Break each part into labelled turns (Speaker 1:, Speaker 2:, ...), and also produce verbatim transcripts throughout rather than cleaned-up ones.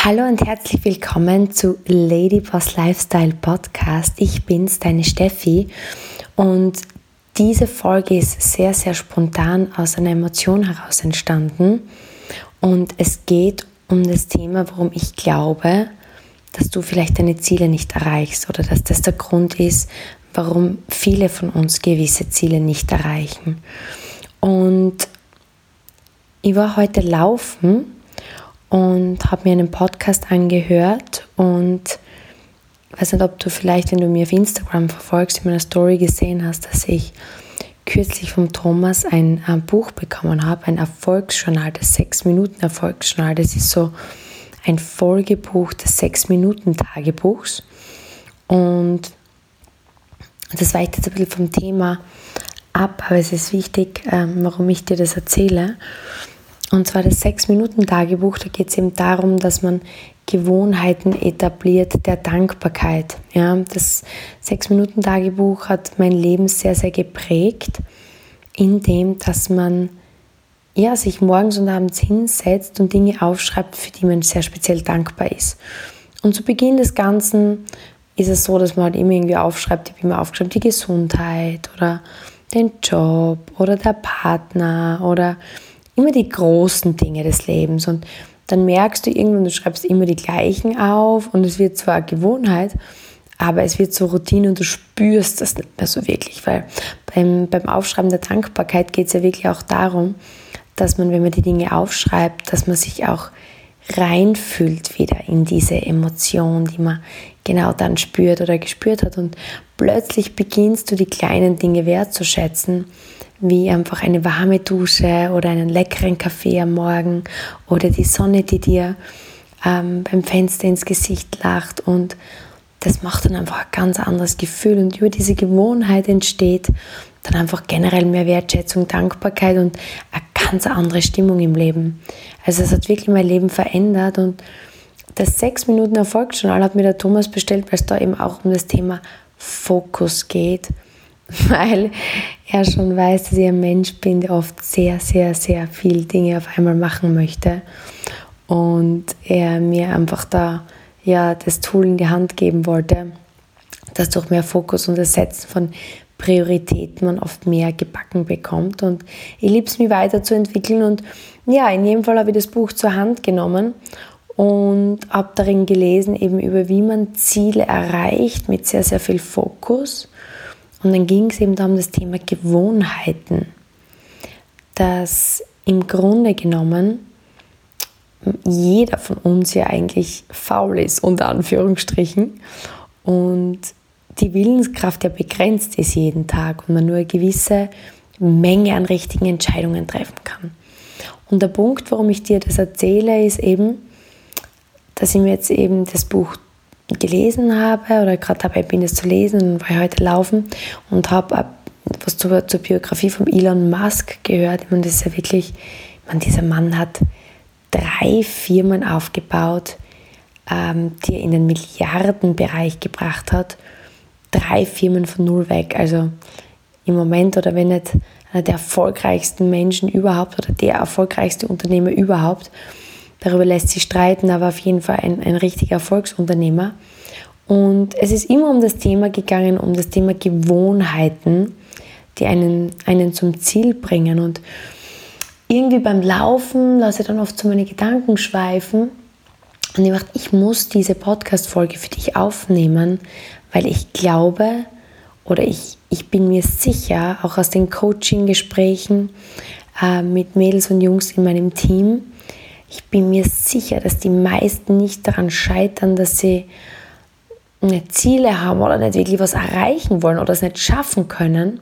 Speaker 1: Hallo und herzlich willkommen zu Ladyboss Lifestyle Podcast. Ich bin's, deine Steffi, und diese Folge ist sehr, sehr spontan aus einer Emotion heraus entstanden und es geht um das Thema, warum ich glaube, dass du vielleicht deine Ziele nicht erreichst oder dass das der Grund ist, warum viele von uns gewisse Ziele nicht erreichen. Und ich war heute laufen und habe mir einen Podcast angehört und ich weiß nicht, ob du vielleicht, wenn du mir auf Instagram verfolgst, in meiner Story gesehen hast, dass ich kürzlich vom Thomas ein, ein Buch bekommen habe, ein Erfolgsjournal, das sechs Minuten Erfolgsjournal. Das ist so ein Folgebuch des sechs Minuten Tagebuchs und das weicht jetzt ein bisschen vom Thema ab, aber es ist wichtig, ähm, warum ich dir das erzähle. Und zwar das sechs Minuten Tagebuch, da geht es eben darum, dass man Gewohnheiten etabliert der Dankbarkeit. Ja, das sechs Minuten Tagebuch hat mein Leben sehr, sehr geprägt, indem dass man ja, sich morgens und abends hinsetzt und Dinge aufschreibt, für die man sehr speziell dankbar ist. Und zu Beginn des Ganzen ist es so, dass man halt immer irgendwie aufschreibt, ich habe immer aufgeschrieben, die Gesundheit oder den Job oder der Partner oder immer die großen Dinge des Lebens. Und dann merkst du irgendwann, du schreibst immer die gleichen auf und es wird zwar eine Gewohnheit, aber es wird so Routine und du spürst das nicht mehr so wirklich, weil beim, beim Aufschreiben der Dankbarkeit geht es ja wirklich auch darum, dass man, wenn man die Dinge aufschreibt, dass man sich auch reinfühlt wieder in diese Emotion, die man genau dann spürt oder gespürt hat, und plötzlich beginnst du die kleinen Dinge wertzuschätzen, wie einfach eine warme Dusche oder einen leckeren Kaffee am Morgen oder die Sonne, die dir ähm, beim Fenster ins Gesicht lacht, und das macht dann einfach ein ganz anderes Gefühl und über diese Gewohnheit entsteht dann einfach generell mehr Wertschätzung, Dankbarkeit und eine ganz andere Stimmung im Leben. Also es hat wirklich mein Leben verändert, und das sechs Minuten Erfolgsjournal hat mir der Thomas bestellt, weil es da eben auch um das Thema Fokus geht, weil er schon weiß, dass ich ein Mensch bin, der oft sehr, sehr, sehr viele Dinge auf einmal machen möchte, und er mir einfach da ja das Tool in die Hand geben wollte, dass durch mehr Fokus und das Setzen von Prioritäten man oft mehr gebacken bekommt. Und ich liebe es, mich weiterzuentwickeln, und ja, in jedem Fall habe ich das Buch zur Hand genommen und habe darin gelesen, eben über wie man Ziele erreicht mit sehr, sehr viel Fokus. Und dann ging es eben da um das Thema Gewohnheiten, dass im Grunde genommen jeder von uns ja eigentlich faul ist, unter Anführungsstrichen, und die Willenskraft ja begrenzt ist jeden Tag und man nur eine gewisse Menge an richtigen Entscheidungen treffen kann. Und der Punkt, warum ich dir das erzähle, ist eben, dass ich mir jetzt eben das Buch gelesen habe oder gerade dabei bin, es zu lesen, und war heute laufen und habe was zur, zur Biografie von Elon Musk gehört. Ich meine, das ist ja wirklich, ich meine, dieser Mann hat drei Firmen aufgebaut, ähm, die er in den Milliardenbereich gebracht hat. Drei Firmen von null weg. Also im Moment, oder wenn nicht einer der erfolgreichsten Menschen überhaupt oder der erfolgreichste Unternehmer überhaupt. Darüber lässt sich streiten, aber auf jeden Fall ein, ein richtiger Erfolgsunternehmer. Und es ist immer um das Thema gegangen, um das Thema Gewohnheiten, die einen, einen zum Ziel bringen. Und irgendwie beim Laufen lasse ich dann oft so meine Gedanken schweifen. Und ich dachte, ich muss diese Podcast-Folge für dich aufnehmen, weil ich glaube oder ich, ich bin mir sicher, auch aus den Coaching-Gesprächen äh, mit Mädels und Jungs in meinem Team, ich bin mir sicher, dass die meisten nicht daran scheitern, dass sie nicht Ziele haben oder nicht wirklich was erreichen wollen oder es nicht schaffen können,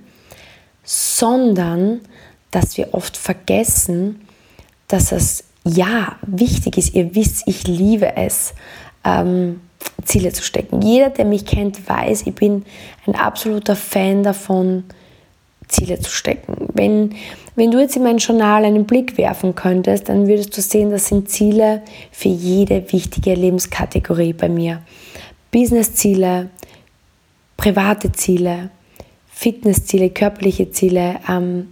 Speaker 1: sondern dass wir oft vergessen, dass es ja wichtig ist. Ihr wisst, ich liebe es, ähm, Ziele zu stecken. Jeder, der mich kennt, weiß, ich bin ein absoluter Fan davon, Ziele zu stecken. Wenn, wenn du jetzt in mein Journal einen Blick werfen könntest, dann würdest du sehen, das sind Ziele für jede wichtige Lebenskategorie bei mir. Business-Ziele, private Ziele, Fitnessziele, körperliche Ziele, ähm,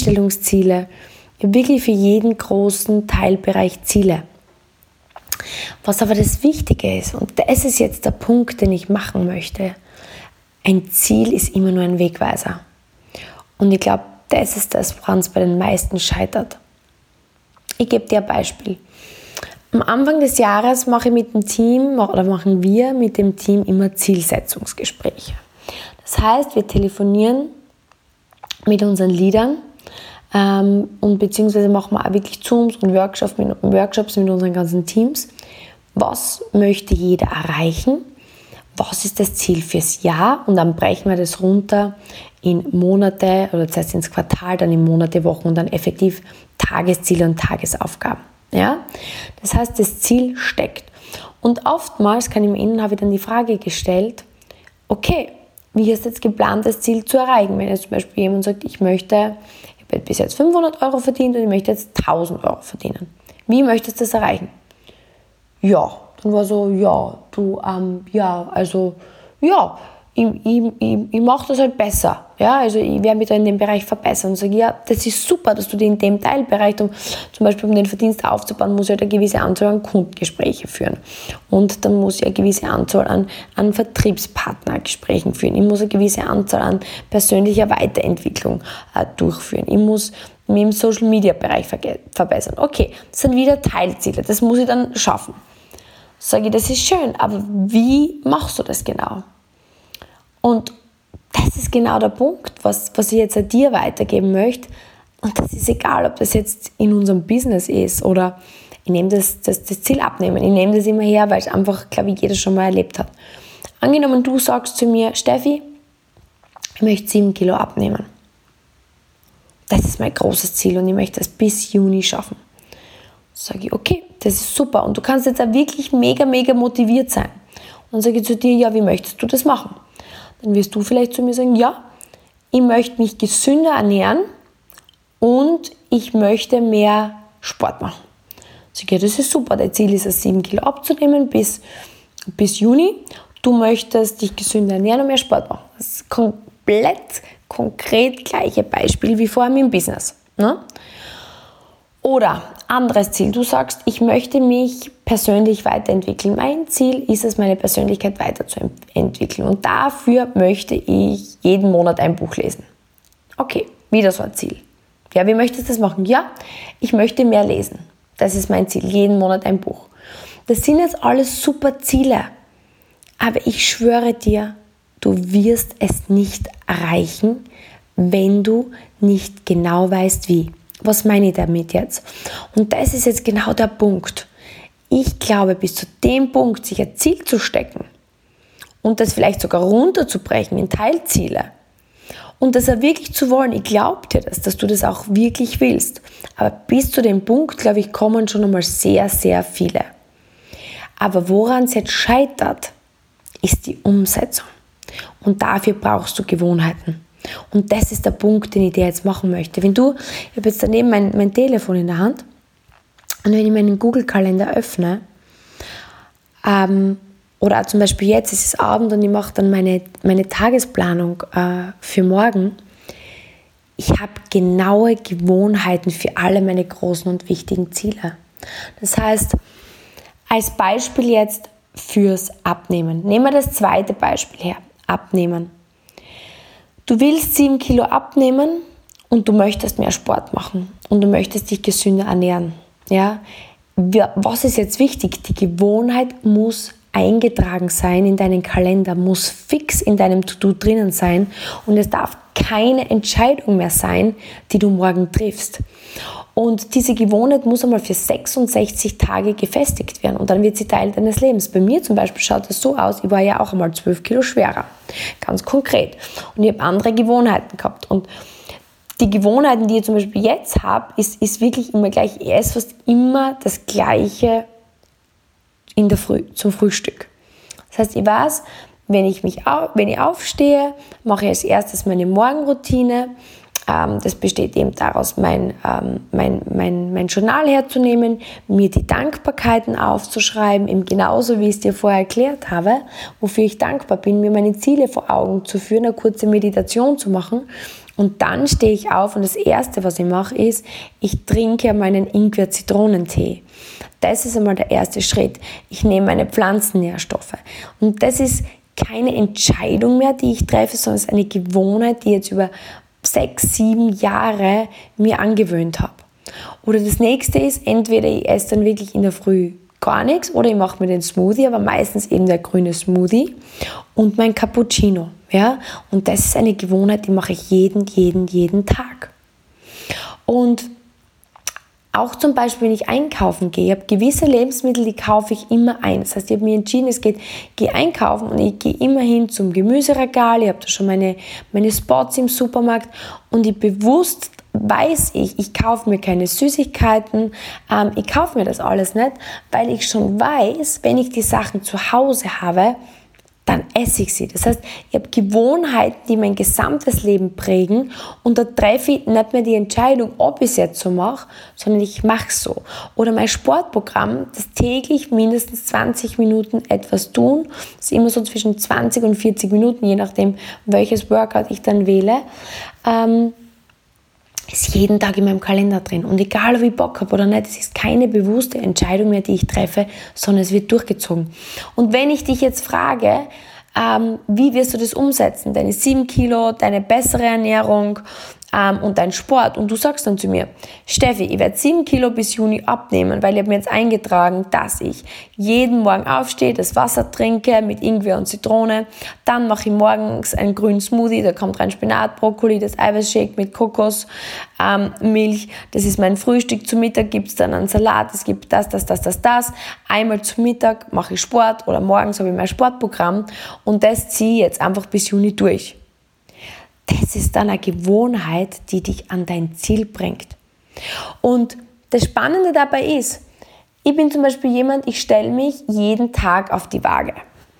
Speaker 1: Einstellungsziele, wirklich für jeden großen Teilbereich Ziele. Was aber das Wichtige ist, und das ist jetzt der Punkt, den ich machen möchte, ein Ziel ist immer nur ein Wegweiser. Und ich glaube, das ist das, woran es bei den meisten scheitert. Ich gebe dir ein Beispiel. Am Anfang des Jahres mache ich mit dem Team oder machen wir mit dem Team immer Zielsetzungsgespräche. Das heißt, wir telefonieren mit unseren Leadern ähm, und beziehungsweise machen wir auch wirklich Zooms und Workshops mit, Workshops mit unseren ganzen Teams. Was möchte jeder erreichen? Was ist das Ziel fürs Jahr? Und dann brechen wir das runter in Monate oder das heißt ins Quartal, dann in Monate, Wochen und dann effektiv Tagesziele und Tagesaufgaben. Ja? Das heißt, das Ziel steckt. Und oftmals kann ich mir innen, habe ich dann die Frage gestellt, okay, wie hast du jetzt geplant, das Ziel zu erreichen? Wenn jetzt zum Beispiel jemand sagt, ich möchte, ich habe bis jetzt fünfhundert Euro verdient und ich möchte jetzt tausend Euro verdienen. Wie möchtest du das erreichen? Ja, dann war so, ja, du, ähm, ja, also, ja, ich, ich, ich, ich mache das halt besser. Ja, also ich werde mich da in dem Bereich verbessern und sage, ja, das ist super, dass du dich in dem Teilbereich, um, zum Beispiel um den Verdienst aufzubauen, muss ich halt eine gewisse Anzahl an Kundengespräche führen. Und dann muss ich eine gewisse Anzahl an, an Vertriebspartnergesprächen führen. Ich muss eine gewisse Anzahl an persönlicher Weiterentwicklung äh, durchführen. Ich muss mich im Social-Media-Bereich verge- verbessern. Okay, das sind wieder Teilziele, das muss ich dann schaffen. Sage ich, das ist schön, aber wie machst du das genau? Und das ist genau der Punkt, was, was ich jetzt an dir weitergeben möchte. Und das ist egal, ob das jetzt in unserem Business ist oder ich nehme das, das, das Ziel abnehmen. Ich nehme das immer her, weil es einfach, glaube ich, jeder schon mal erlebt hat. Angenommen, du sagst zu mir, Steffi, ich möchte sieben Kilo abnehmen. Das ist mein großes Ziel und ich möchte das bis Juni schaffen. Sage ich, okay, das ist super. Und du kannst jetzt auch wirklich mega, mega motiviert sein. Und dann sage ich zu dir, ja, wie möchtest du das machen? Dann wirst du vielleicht zu mir sagen, ja, ich möchte mich gesünder ernähren und ich möchte mehr Sport machen. Sag ich, ja, das ist super. Dein Ziel ist es, sieben Kilo abzunehmen bis, bis Juni. Du möchtest dich gesünder ernähren und mehr Sport machen. Das ist komplett konkret gleiche Beispiel wie vor allem im Business. Ne? Oder anderes Ziel, du sagst, ich möchte mich persönlich weiterentwickeln. Mein Ziel ist es, meine Persönlichkeit weiterzuentwickeln und dafür möchte ich jeden Monat ein Buch lesen. Okay, wieder so ein Ziel. Ja, wie möchtest du das machen? Ja, ich möchte mehr lesen. Das ist mein Ziel, jeden Monat ein Buch. Das sind jetzt alles super Ziele, aber ich schwöre dir, du wirst es nicht erreichen, wenn du nicht genau weißt, wie. Was meine ich damit jetzt? Und das ist jetzt genau der Punkt. Ich glaube, bis zu dem Punkt, sich ein Ziel zu stecken und das vielleicht sogar runterzubrechen in Teilziele und das auch wirklich zu wollen, ich glaube dir das, dass du das auch wirklich willst. Aber bis zu dem Punkt, glaube ich, kommen schon einmal sehr, sehr viele. Aber woran es jetzt scheitert, ist die Umsetzung. Und dafür brauchst du Gewohnheiten. Und das ist der Punkt, den ich dir jetzt machen möchte. Wenn du, ich habe jetzt daneben mein, mein Telefon in der Hand und wenn ich meinen Google-Kalender öffne, ähm, oder zum Beispiel jetzt ist es Abend und ich mache dann meine, meine Tagesplanung äh, für morgen, ich habe genaue Gewohnheiten für alle meine großen und wichtigen Ziele. Das heißt, als Beispiel jetzt fürs Abnehmen. Nehmen wir das zweite Beispiel her, Abnehmen. Du willst sieben Kilo abnehmen und du möchtest mehr Sport machen und du möchtest dich gesünder ernähren. Ja? Was ist jetzt wichtig? Die Gewohnheit muss eingetragen sein in deinen Kalender, muss fix in deinem To-Do drinnen sein und es darf keine Entscheidung mehr sein, die du morgen triffst. Und diese Gewohnheit muss einmal für sechsundsechzig Tage gefestigt werden und dann wird sie Teil deines Lebens. Bei mir zum Beispiel schaut es so aus, ich war ja auch einmal zwölf Kilo schwerer, ganz konkret. Und ich habe andere Gewohnheiten gehabt. Und die Gewohnheiten, die ich zum Beispiel jetzt habe, ist, ist wirklich immer gleich. Ich esse fast immer das Gleiche in der Früh, zum Frühstück. Das heißt, ich weiß, wenn ich, mich auf, wenn ich aufstehe, mache ich als erstes meine Morgenroutine. Das besteht eben daraus, mein, mein, mein, mein Journal herzunehmen, mir die Dankbarkeiten aufzuschreiben, eben genauso wie ich es dir vorher erklärt habe, wofür ich dankbar bin, mir meine Ziele vor Augen zu führen, eine kurze Meditation zu machen Und dann stehe ich auf und das Erste, was ich mache, ist, ich trinke meinen Ingwer-Zitronentee. Das ist einmal der erste Schritt. Ich nehme meine Pflanzennährstoffe. Und das ist keine Entscheidung mehr, die ich treffe, sondern es ist eine Gewohnheit, die ich jetzt über sechs, sieben Jahre mir angewöhnt habe. Oder das nächste ist, entweder ich esse dann wirklich in der Früh gar nichts oder ich mache mir den Smoothie, aber meistens eben der grüne Smoothie und mein Cappuccino. Ja? Und das ist eine Gewohnheit, die mache ich jeden, jeden, jeden Tag. Und auch zum Beispiel, wenn ich einkaufen gehe, ich habe gewisse Lebensmittel, die kaufe ich immer ein. Das heißt, ich habe mir entschieden, es geht, gehe einkaufen und ich gehe immer hin zum Gemüseregal. Ich habe da schon meine, meine Spots im Supermarkt und ich bewusst weiß ich, ich kaufe mir keine Süßigkeiten, ähm, ich kaufe mir das alles nicht, weil ich schon weiß, wenn ich die Sachen zu Hause habe, dann esse ich sie. Das heißt, ich habe Gewohnheiten, die mein gesamtes Leben prägen und da treffe ich nicht mehr die Entscheidung, ob ich es jetzt so mache, sondern ich mache es so. Oder mein Sportprogramm, das täglich mindestens zwanzig Minuten etwas tun, das ist immer so zwischen zwanzig und vierzig Minuten, je nachdem, welches Workout ich dann wähle, ähm, ist jeden Tag in meinem Kalender drin. Und egal, ob ich Bock habe oder nicht, es ist keine bewusste Entscheidung mehr, die ich treffe, sondern es wird durchgezogen. Und wenn ich dich jetzt frage, ähm, wie wirst du das umsetzen? Deine sieben Kilo, deine bessere Ernährung ähm, und dein Sport. Und du sagst dann zu mir, Steffi, ich werde sieben Kilo bis Juni abnehmen, weil ich habe mir jetzt eingetragen, dass ich jeden Morgen aufstehe, das Wasser trinke mit Ingwer und Zitrone. Dann mache ich morgens einen grünen Smoothie, da kommt rein Spinat, Brokkoli, das Eiweißshake mit Kokos, ähm, Milch. Das ist mein Frühstück. Zu Mittag gibt es dann einen Salat, es gibt das, das, das, das, das. Einmal zum Mittag mache ich Sport oder morgens habe ich mein Sportprogramm und das ziehe ich jetzt einfach bis Juni durch. Das ist dann eine Gewohnheit, die dich an dein Ziel bringt. Und das Spannende dabei ist, ich bin zum Beispiel jemand, ich stelle mich jeden Tag auf die Waage.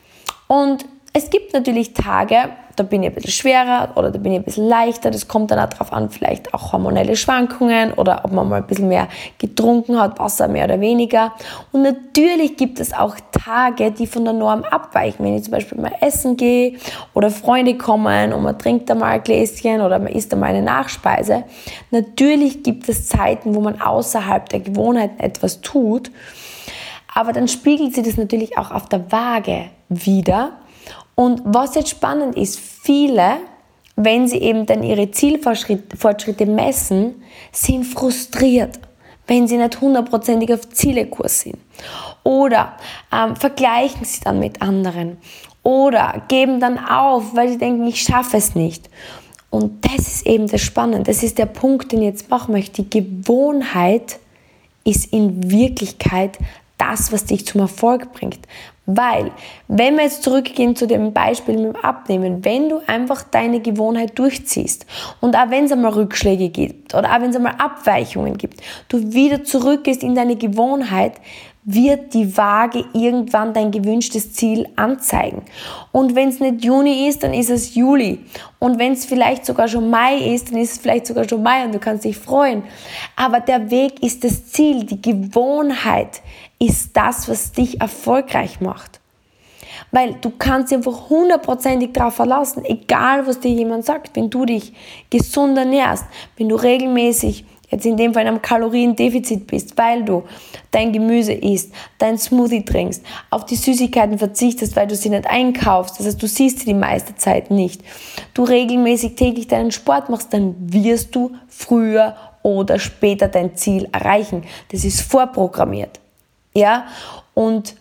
Speaker 1: Und es gibt natürlich Tage, da bin ich ein bisschen schwerer oder da bin ich ein bisschen leichter. Das kommt dann auch darauf an, vielleicht auch hormonelle Schwankungen oder ob man mal ein bisschen mehr getrunken hat, Wasser mehr oder weniger. Und natürlich gibt es auch Tage, die von der Norm abweichen. Wenn ich zum Beispiel mal essen gehe oder Freunde kommen und man trinkt da mal ein Gläschen oder man isst da mal eine Nachspeise. Natürlich gibt es Zeiten, wo man außerhalb der Gewohnheiten etwas tut. Aber dann spiegelt sich das natürlich auch auf der Waage wider. Und was jetzt spannend ist, viele, wenn sie eben dann ihre Zielfortschritte messen, sind frustriert, wenn sie nicht hundertprozentig auf Zielekurs sind. Oder ähm, vergleichen sie dann mit anderen. Oder geben dann auf, weil sie denken, ich schaffe es nicht. Und das ist eben das Spannende. Das ist der Punkt, den ich jetzt machen möchte. Die Gewohnheit ist in Wirklichkeit das, was dich zum Erfolg bringt. Weil, wenn wir jetzt zurückgehen zu dem Beispiel mit dem Abnehmen, wenn du einfach deine Gewohnheit durchziehst und auch wenn es einmal Rückschläge gibt oder auch wenn es einmal Abweichungen gibt, du wieder zurückgehst in deine Gewohnheit, wird die Waage irgendwann dein gewünschtes Ziel anzeigen. Und wenn es nicht Juni ist, dann ist es Juli. Und wenn es vielleicht sogar schon Mai ist, dann ist es vielleicht sogar schon Mai und du kannst dich freuen. Aber der Weg ist das Ziel. Die Gewohnheit ist das, was dich erfolgreich macht. Weil du kannst dich einfach hundertprozentig darauf verlassen, egal was dir jemand sagt, wenn du dich gesund ernährst, wenn du regelmäßig jetzt in dem Fall in einem Kaloriendefizit bist, weil du dein Gemüse isst, dein Smoothie trinkst, auf die Süßigkeiten verzichtest, weil du sie nicht einkaufst, das heißt, du siehst sie die meiste Zeit nicht, du regelmäßig täglich deinen Sport machst, dann wirst du früher oder später dein Ziel erreichen. Das ist vorprogrammiert. Ja? Und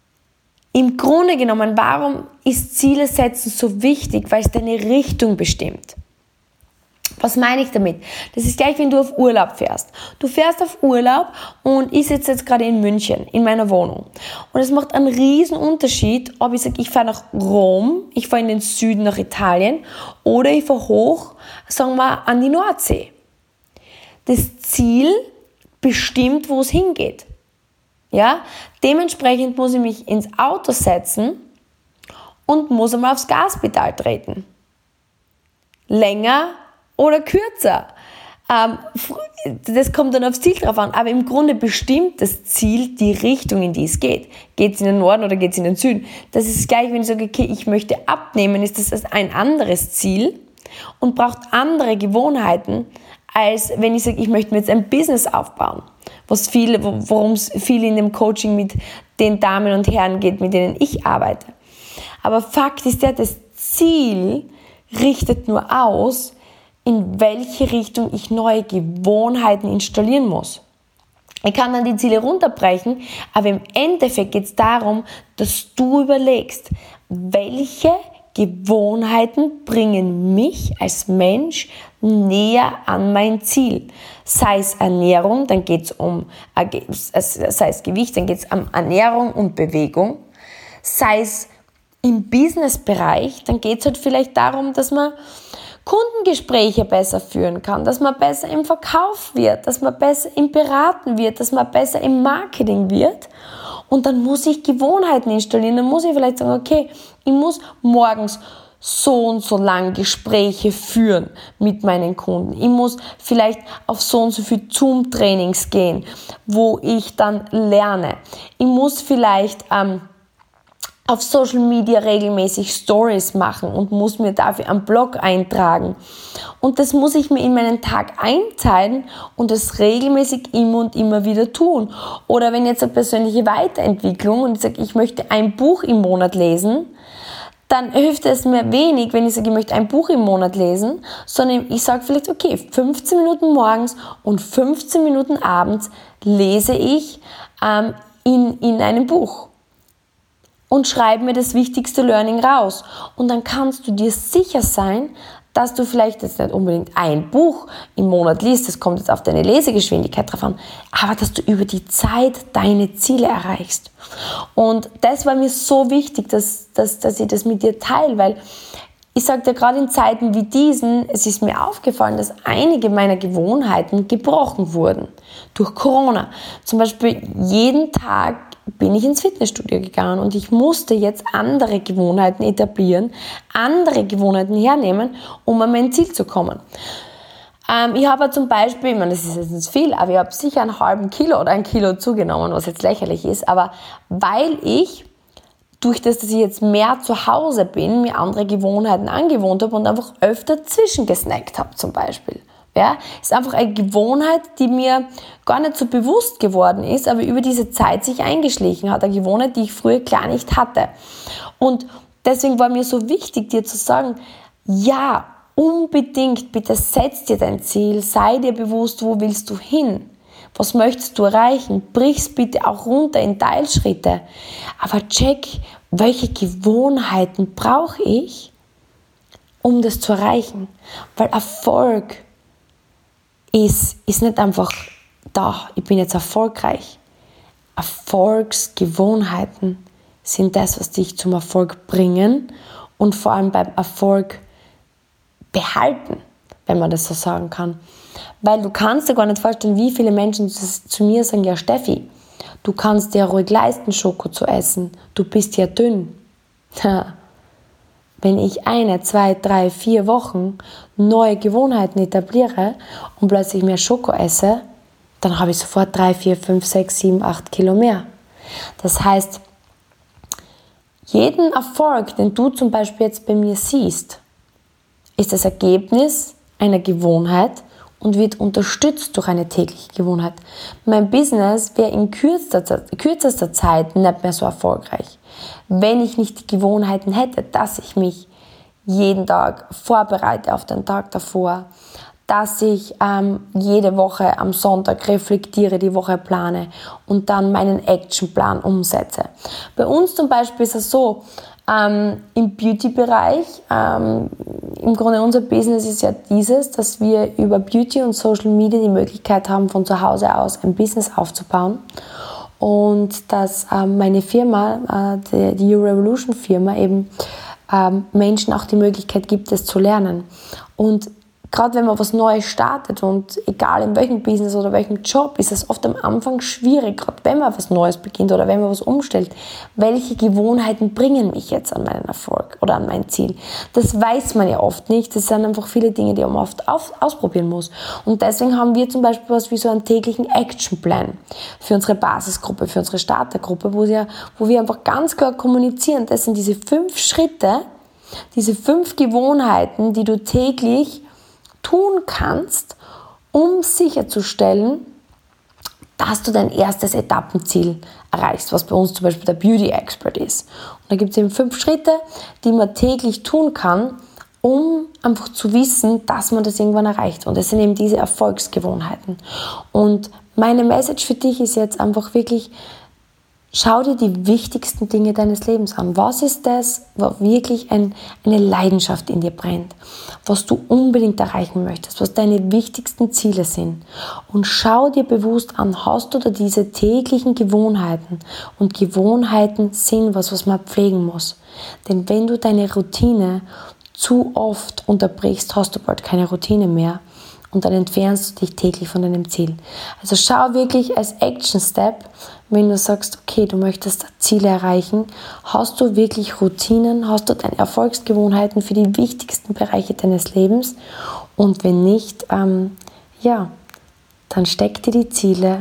Speaker 1: im Grunde genommen, warum ist Ziele setzen so wichtig? Weil es deine Richtung bestimmt. Was meine ich damit? Das ist gleich, wenn du auf Urlaub fährst. Du fährst auf Urlaub und ich sitze jetzt gerade in München, in meiner Wohnung. Und es macht einen riesen Unterschied, ob ich sage, ich fahre nach Rom, ich fahre in den Süden nach Italien oder ich fahre hoch, sagen wir, an die Nordsee. Das Ziel bestimmt, wo es hingeht. Ja? Dementsprechend muss ich mich ins Auto setzen und muss einmal aufs Gaspedal treten. Länger oder kürzer. Ähm, das kommt dann aufs Ziel drauf an. Aber im Grunde bestimmt das Ziel die Richtung, in die es geht. Geht es in den Norden oder geht es in den Süden? Das ist gleich, wenn ich sage, okay, ich möchte abnehmen, ist das ein anderes Ziel, und braucht andere Gewohnheiten, als wenn ich sage, ich möchte mir jetzt ein Business aufbauen, was viele, worum es viel in dem Coaching mit den Damen und Herren geht, mit denen ich arbeite. Aber Fakt ist ja, das Ziel richtet nur aus, in welche Richtung ich neue Gewohnheiten installieren muss. Ich kann dann die Ziele runterbrechen, aber im Endeffekt geht es darum, dass du überlegst, welche Gewohnheiten bringen mich als Mensch näher an mein Ziel. Sei es Ernährung, dann geht es um, sei es Gewicht, dann geht es um Ernährung und Bewegung. Sei es im Businessbereich, dann geht es halt vielleicht darum, dass man Kundengespräche besser führen kann, dass man besser im Verkauf wird, dass man besser im Beraten wird, dass man besser im Marketing wird. Und dann muss ich Gewohnheiten installieren. Dann muss ich vielleicht sagen, okay, ich muss morgens so und so lange Gespräche führen mit meinen Kunden. Ich muss vielleicht auf so und so viel Zoom-Trainings gehen, wo ich dann lerne. Ich muss vielleicht ähm, auf Social Media regelmäßig Stories machen und muss mir dafür einen Blog eintragen. Und das muss ich mir in meinen Tag einteilen und das regelmäßig immer und immer wieder tun. Oder wenn jetzt eine persönliche Weiterentwicklung und ich sage, ich möchte ein Buch im Monat lesen, dann hilft es mir wenig, wenn ich sage, ich möchte ein Buch im Monat lesen, sondern ich sage vielleicht, okay, fünfzehn Minuten morgens und fünfzehn Minuten abends lese ich ähm, in, in einem Buch. Und schreib mir das wichtigste Learning raus. Und dann kannst du dir sicher sein, dass du vielleicht jetzt nicht unbedingt ein Buch im Monat liest, das kommt jetzt auf deine Lesegeschwindigkeit drauf an, aber dass du über die Zeit deine Ziele erreichst. Und das war mir so wichtig, dass, dass, dass ich das mit dir teile, weil ich sage dir, gerade in Zeiten wie diesen, es ist mir aufgefallen, dass einige meiner Gewohnheiten gebrochen wurden durch Corona. Zum Beispiel jeden Tag bin ich ins Fitnessstudio gegangen und ich musste jetzt andere Gewohnheiten etablieren, andere Gewohnheiten hernehmen, um an mein Ziel zu kommen. Ähm, ich habe zum Beispiel, ich meine, das ist jetzt nicht viel, aber ich habe sicher einen halben Kilo oder ein Kilo zugenommen, was jetzt lächerlich ist, aber weil ich durch das, dass ich jetzt mehr zu Hause bin, mir andere Gewohnheiten angewohnt habe und einfach öfter zwischengesnackt habe zum Beispiel. Ja, ist einfach eine Gewohnheit, die mir gar nicht so bewusst geworden ist, aber über diese Zeit sich eingeschlichen hat. Eine Gewohnheit, die ich früher gar nicht hatte. Und deswegen war mir so wichtig, dir zu sagen, ja, unbedingt, bitte setz dir dein Ziel, sei dir bewusst, wo willst du hin? Was möchtest du erreichen? Brich's bitte auch runter in Teilschritte. Aber check, welche Gewohnheiten brauche ich, um das zu erreichen? Weil Erfolg ist, ist nicht einfach da, ich bin jetzt erfolgreich. Erfolgsgewohnheiten sind das, was dich zum Erfolg bringen und vor allem beim Erfolg behalten, wenn man das so sagen kann. Weil du kannst dir gar nicht vorstellen, wie viele Menschen zu mir sagen, ja Steffi, du kannst dir ruhig leisten, Schoko zu essen, du bist ja dünn. Wenn ich eine, zwei, drei, vier Wochen neue Gewohnheiten etabliere und plötzlich mehr Schoko esse, dann habe ich sofort drei, vier, fünf, sechs, sieben, acht Kilo mehr. Das heißt, jeden Erfolg, den du zum Beispiel jetzt bei mir siehst, ist das Ergebnis einer Gewohnheit und wird unterstützt durch eine tägliche Gewohnheit. Mein Business wäre in kürzester, kürzester Zeit nicht mehr so erfolgreich, wenn ich nicht die Gewohnheiten hätte, dass ich mich jeden Tag vorbereite auf den Tag davor, dass ich ähm, jede Woche am Sonntag reflektiere, die Woche plane und dann meinen Actionplan umsetze. Bei uns zum Beispiel ist es so, ähm, im Beauty-Bereich, ähm, im Grunde unser Business ist ja dieses, dass wir über Beauty und Social Media die Möglichkeit haben, von zu Hause aus ein Business aufzubauen. Und dass ähm, meine Firma, äh, die, die YouRevolution Firma, eben ähm, Menschen auch die Möglichkeit gibt, das zu lernen. Und gerade wenn man was Neues startet und egal in welchem Business oder welchem Job, ist es oft am Anfang schwierig, gerade wenn man was Neues beginnt oder wenn man was umstellt. Welche Gewohnheiten bringen mich jetzt an meinen Erfolg oder an mein Ziel? Das weiß man ja oft nicht. Das sind einfach viele Dinge, die man oft auf, ausprobieren muss. Und deswegen haben wir zum Beispiel was wie so einen täglichen Actionplan für unsere Basisgruppe, für unsere Startergruppe, wo wir, wo wir einfach ganz klar kommunizieren. Das sind diese fünf Schritte, Diese fünf Gewohnheiten, die du täglich tun kannst, um sicherzustellen, dass du dein erstes Etappenziel erreichst, was bei uns zum Beispiel der Beauty Expert ist. Und da gibt es eben fünf Schritte, die man täglich tun kann, um einfach zu wissen, dass man das irgendwann erreicht. Und das sind eben diese Erfolgsgewohnheiten. Und meine Message für dich ist jetzt einfach wirklich, schau dir die wichtigsten Dinge deines Lebens an. Was ist das, was wirklich ein, eine Leidenschaft in dir brennt? Was du unbedingt erreichen möchtest? Was deine wichtigsten Ziele sind? Und schau dir bewusst an, hast du da diese täglichen Gewohnheiten? Und Gewohnheiten sind was, was man pflegen muss. Denn wenn du deine Routine zu oft unterbrichst, hast du bald keine Routine mehr. Und dann entfernst du dich täglich von deinem Ziel. Also schau wirklich als Action Step, wenn du sagst, okay, du möchtest Ziele erreichen, hast du wirklich Routinen, hast du deine Erfolgsgewohnheiten für die wichtigsten Bereiche deines Lebens, und wenn nicht, ähm, ja, dann steck dir die Ziele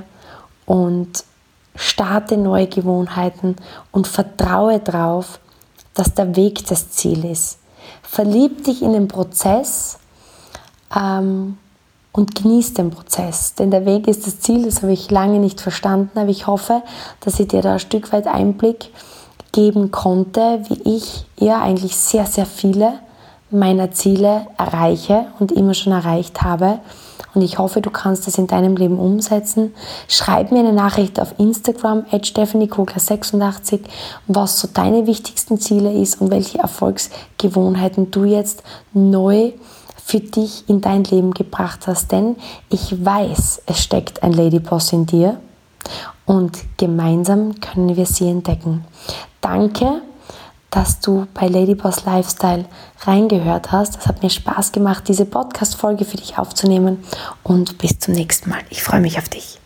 Speaker 1: und starte neue Gewohnheiten und vertraue darauf, dass der Weg das Ziel ist. Verlieb dich in den Prozess, ähm, und genieß den Prozess, denn der Weg ist das Ziel, das habe ich lange nicht verstanden, aber ich hoffe, dass ich dir da ein Stück weit Einblick geben konnte, wie ich ja eigentlich sehr, sehr viele meiner Ziele erreiche und immer schon erreicht habe, und ich hoffe, du kannst das in deinem Leben umsetzen. Schreib mir eine Nachricht auf Instagram at stephanie kogler sechsundachtzig, was so deine wichtigsten Ziele ist und welche Erfolgsgewohnheiten du jetzt neu für dich in dein Leben gebracht hast, denn ich weiß, es steckt ein Ladyboss in dir und gemeinsam können wir sie entdecken. Danke, dass du bei Ladyboss Lifestyle reingehört hast. Es hat mir Spaß gemacht, diese Podcast-Folge für dich aufzunehmen, und bis zum nächsten Mal. Ich freue mich auf dich.